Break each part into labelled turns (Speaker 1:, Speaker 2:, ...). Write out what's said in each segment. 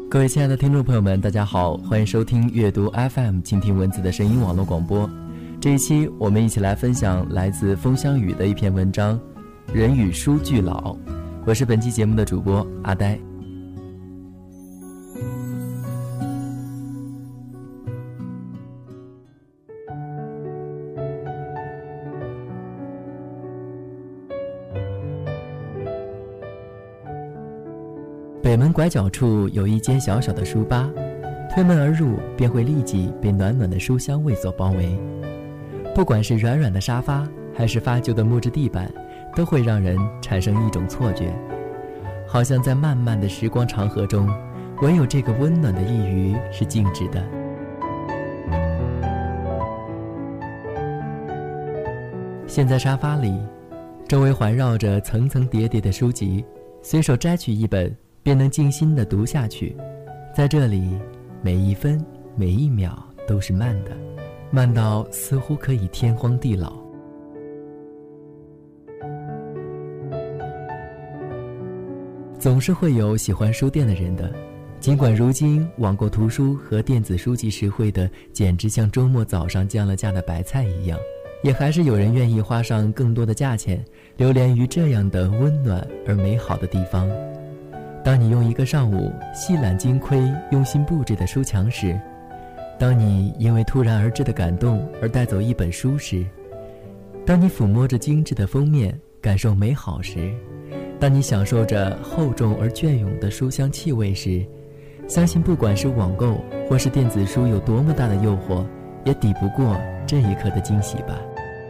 Speaker 1: 各位亲爱的听众朋友们，大家好，欢迎收听阅读 FM 倾听文字的声音网络广播。这一期我们一起来分享来自风香雨的一篇文章《人与书俱老》。我是本期节目的主播阿呆。北门拐角处有一间小小的书吧，推门而入便会立即被暖暖的书香味所包围。不管是软软的沙发还是发旧的木质地板，都会让人产生一种错觉，好像在漫漫的时光长河中，唯有这个温暖的一隅是静止的。陷在沙发里，周围环绕着层层叠叠的书籍，随手摘取一本便能静心地读下去。在这里，每一分每一秒都是慢的，慢到似乎可以天荒地老。总是会有喜欢书店的人的，尽管如今网购图书和电子书籍实惠的简直像周末早上降了价的白菜一样，也还是有人愿意花上更多的价钱流连于这样的温暖而美好的地方。当你用一个上午细揽金盔用心布置的书墙时，当你因为突然而至的感动而带走一本书时，当你抚摸着精致的封面感受美好时，当你享受着厚重而隽永的书香气味时，相信不管是网购或是电子书有多么大的诱惑，也抵不过这一刻的惊喜吧。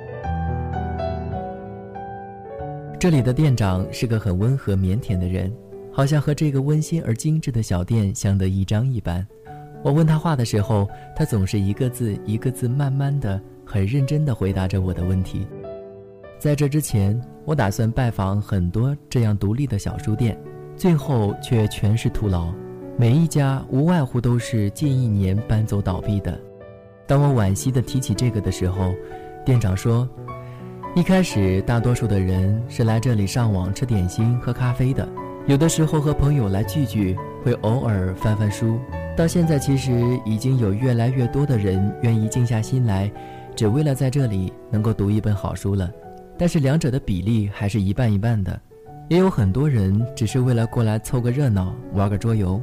Speaker 1: 这里的店长是个很温和腼腆的人，好像和这个温馨而精致的小店相得益彰一般。我问他话的时候，他总是一个字一个字慢慢的很认真地回答着我的问题。在这之前，我打算拜访很多这样独立的小书店，最后却全是徒劳，每一家无外乎都是近1年搬走倒闭的。当我惋惜地提起这个的时候，店长说，一开始大多数的人是来这里上网吃点心喝咖啡的，有的时候和朋友来聚聚，会偶尔翻翻书，到现在其实已经有越来越多的人愿意静下心来，只为了在这里能够读一本好书了。但是两者的比例还是一半一半的，也有很多人只是为了过来凑个热闹，玩个桌游。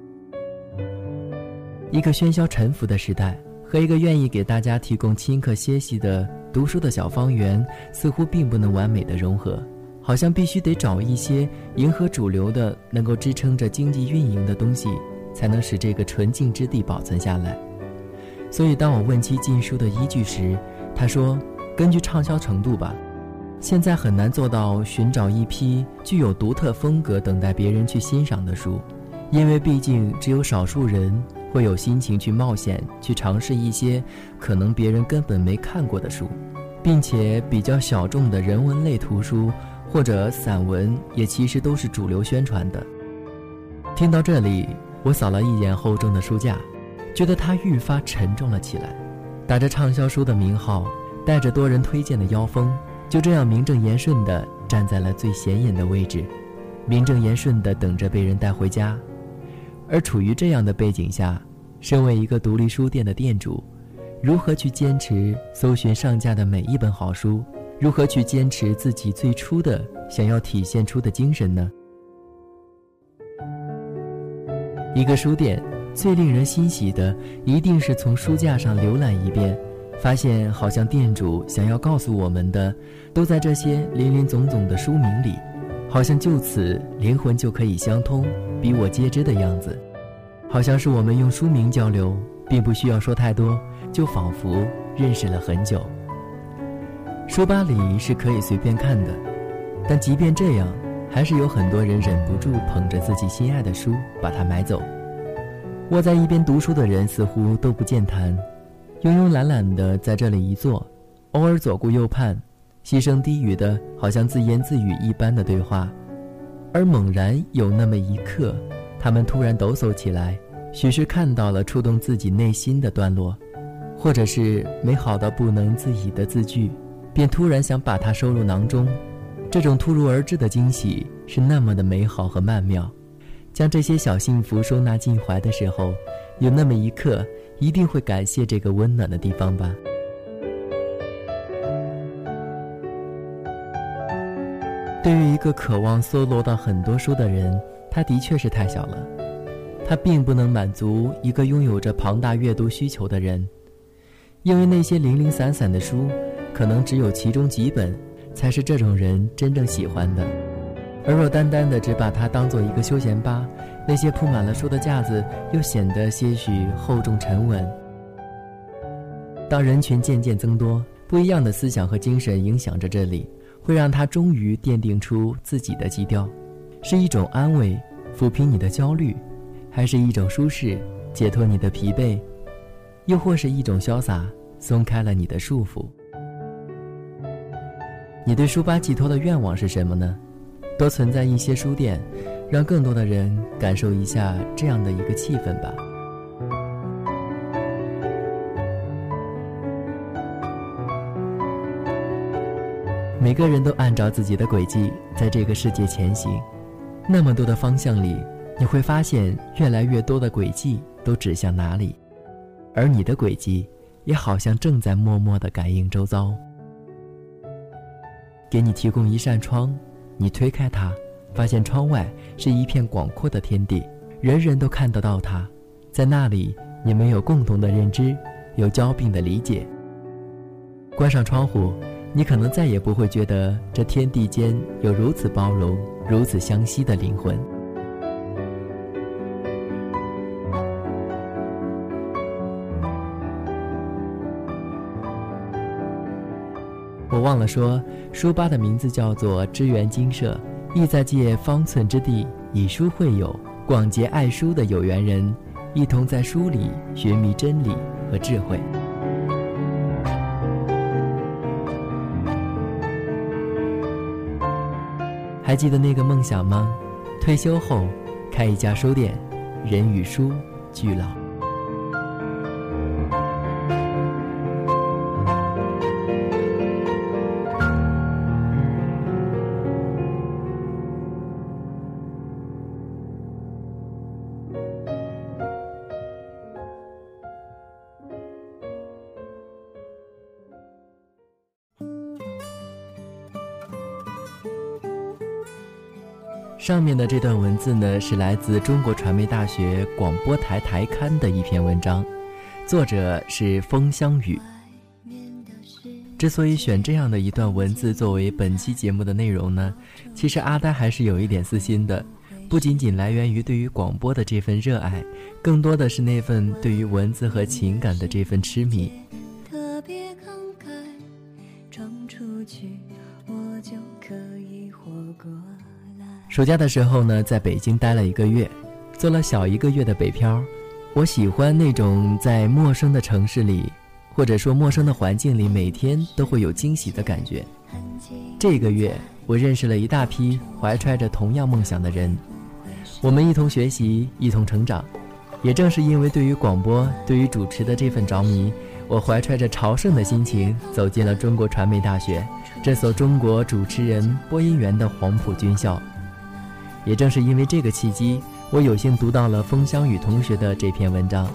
Speaker 1: 一个喧嚣沉浮的时代和一个愿意给大家提供顷刻歇息的读书的小方圆，似乎并不能完美的融合，好像必须得找一些迎合主流的能够支撑着经济运营的东西，才能使这个纯净之地保存下来。所以当我问其禁书的依据时，他说，根据畅销程度吧，现在很难做到寻找一批具有独特风格等待别人去欣赏的书，因为毕竟只有少数人会有心情去冒险，去尝试一些可能别人根本没看过的书，并且比较小众的人文类图书或者散文也其实都是主流宣传的。听到这里，我扫了一眼厚重的书架，觉得它愈发沉重了起来。打着畅销书的名号，带着多人推荐的腰封，就这样名正言顺地站在了最显眼的位置，名正言顺地等着被人带回家。而处于这样的背景下，身为一个独立书店的店主，如何去坚持搜寻上架的每一本好书，如何去坚持自己最初的想要体现出的精神呢？一个书店最令人欣喜的，一定是从书架上浏览一遍，发现好像店主想要告诉我们的都在这些林林总总的书名里，好像就此灵魂就可以相通，比我皆知的样子，好像是我们用书名交流，并不需要说太多，就仿佛认识了很久。书吧里是可以随便看的，但即便这样，还是有很多人忍不住捧着自己心爱的书把它买走。窝在一边读书的人似乎都不健谈，慵慵懒懒地在这里一坐，偶尔左顾右盼，细声低语的好像自言自语一般的对话。而猛然有那么一刻，他们突然抖擞起来，许是看到了触动自己内心的段落，或者是美好到不能自已的字句，便突然想把它收入囊中。这种突如而至的惊喜是那么的美好和曼妙， 将这些小幸福收纳进怀的时候，有那么一刻一定会感谢这个温暖的地方吧。对于一个渴望搜罗到很多书的人，它的确是太小了，它并不能满足一个拥有着庞大阅读需求的人，因为那些零零散散的书，可能只有其中几本才是这种人真正喜欢的。而若单单的只把它当做一个休闲吧，那些铺满了书的架子又显得些许厚重沉稳。当人群渐渐增多，不一样的思想和精神影响着这里，会让它终于奠定出自己的基调，是一种安慰，抚平你的焦虑，还是一种舒适，解脱你的疲惫，又或是一种潇洒，松开了你的束缚。你对书吧寄托的愿望是什么呢？多存在一些书店，让更多的人感受一下这样的一个气氛吧。每个人都按照自己的轨迹在这个世界前行，那么多的方向里，你会发现越来越多的轨迹都指向哪里，而你的轨迹也好像正在默默地感应周遭。给你提供一扇窗，你推开它，发现窗外是一片广阔的天地，人人都看得到它。在那里，你们有共同的认知，有交并的理解。关上窗户，你可能再也不会觉得这天地间有如此包容，如此相惜的灵魂。我忘了说，书吧的名字叫做知源精舍，意在借方寸之地，以书会友，广结爱书的有缘人，一同在书里寻觅真理和智慧。还记得那个梦想吗？退休后开一家书店，人与书俱老。上面的这段文字呢，是来自中国传媒大学广播台台刊的一篇文章，作者是风香雨。之所以选这样的一段文字作为本期节目的内容呢，其实阿呆还是有一点私心的，不仅仅来源于对于广播的这份热爱，更多的是那份对于文字和情感的这份痴迷。特别慷慨，闯出去我就可以活过来。暑假的时候呢，在北京待了1个月，做了小1个月的北漂。我喜欢那种在陌生的城市里，或者说陌生的环境里，每天都会有惊喜的感觉。这个月我认识了一大批怀揣着同样梦想的人，我们一同学习，一同成长。也正是因为对于广播，对于主持的这份着迷，我怀揣着朝圣的心情走进了中国传媒大学，这所中国主持人播音员的黄埔军校。也正是因为这个契机，我有幸读到了风香雨同学的这篇文章。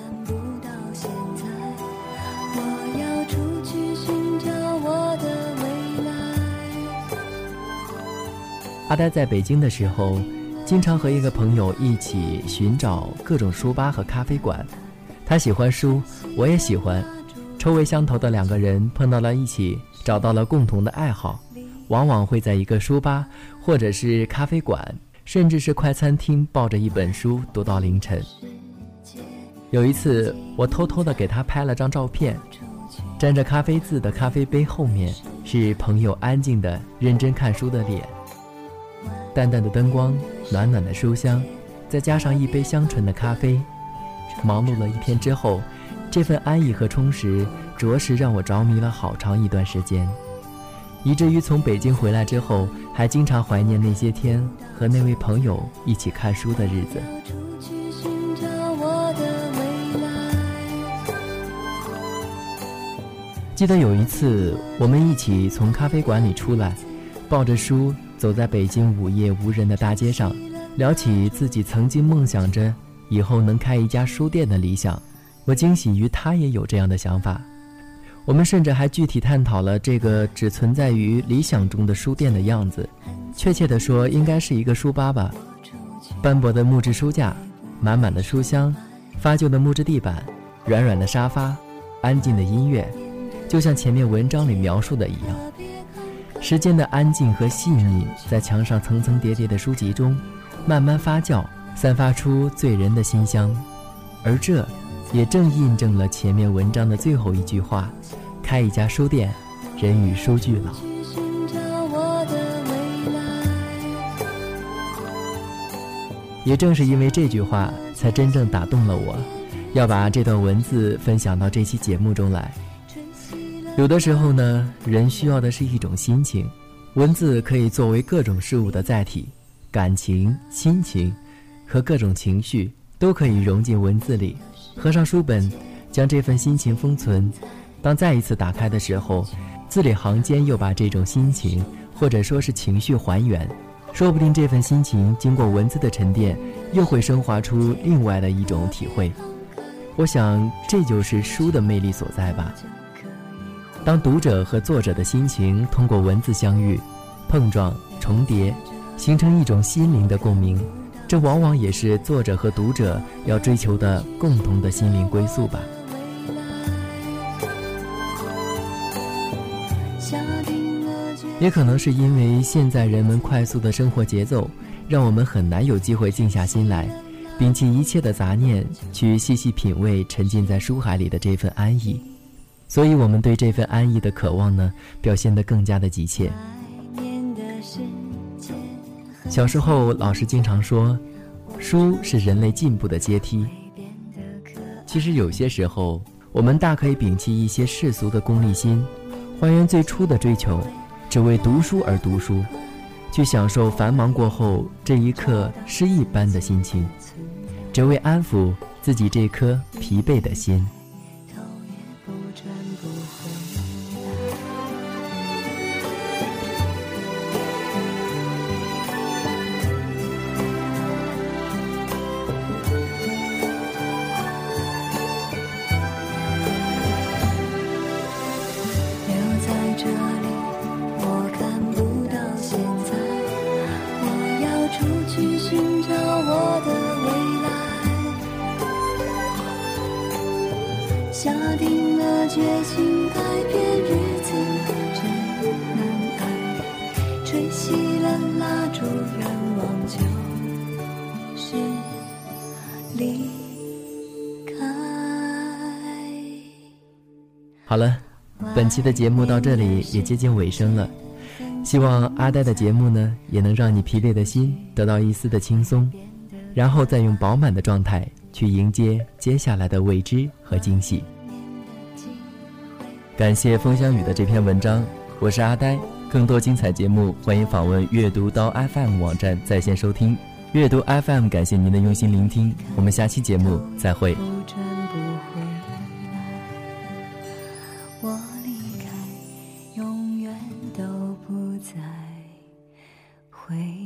Speaker 1: 阿呆在北京的时候，经常和一个朋友一起寻找各种书吧和咖啡馆。他喜欢书，我也喜欢，臭味相投的2个人碰到了一起，找到了共同的爱好，往往会在一个书吧或者是咖啡馆，甚至是快餐厅抱着一本书读到凌晨。有一次我偷偷地给他拍了张照片，沾着咖啡渍的咖啡杯后面是朋友安静的认真看书的脸，淡淡的灯光，暖暖的书香，再加上一杯香醇的咖啡。忙碌了一天之后，这份安逸和充实着实让我着迷了好长一段时间，以至于从北京回来之后，还经常怀念那些天和那位朋友一起看书的日子。记得有一次，我们一起从咖啡馆里出来，抱着书走在北京午夜无人的大街上， 聊起自己曾经梦想着以后能开一家书店的理想，我惊喜于他也有这样的想法。我们甚至还具体探讨了这个只存在于理想中的书店的样子，确切地说应该是一个书吧吧，斑驳的木质书架，满满的书香，发旧的木质地板，软软的沙发，安静的音乐，就像前面文章里描述的一样。时间的安静和细腻在墙上层层叠叠的书籍中慢慢发酵，散发出醉人的馨香。而这也正印证了前面文章的最后一句话，开一家书店，人与书俱老。也正是因为这句话才真正打动了我，要把这段文字分享到这期节目中来。有的时候呢，人需要的是一种心情，文字可以作为各种事物的载体，感情、心情和各种情绪都可以融进文字里。合上书本，将这份心情封存，当再一次打开的时候，字里行间又把这种心情或者说是情绪还原，说不定这份心情经过文字的沉淀，又会升华出另外的一种体会。我想这就是书的魅力所在吧。当读者和作者的心情通过文字相遇、碰撞、重叠，形成一种心灵的共鸣，这往往也是作者和读者要追求的共同的心灵归宿吧。也可能是因为现在人们快速的生活节奏，让我们很难有机会静下心来，摒弃一切的杂念，去细细品味沉浸在书海里的这份安逸。所以我们对这份安逸的渴望呢，表现得更加的急切。小时候老师经常说，书是人类进步的阶梯。其实有些时候我们大可以摒弃一些世俗的功利心，还原最初的追求，只为读书而读书，去享受繁忙过后这一刻诗意般的心情，只为安抚自己这颗疲惫的心。
Speaker 2: 下定了决心改变日子真难挨，吹熄了蜡烛愿望就是离开。
Speaker 1: 好了，本期的节目到这里也接近尾声了，希望阿呆的节目呢也能让你疲惫的心得到一丝的轻松，然后再用饱满的状态去迎接接下来的未知和惊喜。感谢风香雨的这篇文章，我是阿呆。更多精彩节目欢迎访问阅读刀 FM 网站在线收听。阅读 FM 感谢您的用心聆听，我们下期节目再会。
Speaker 2: 我离开永远都不再回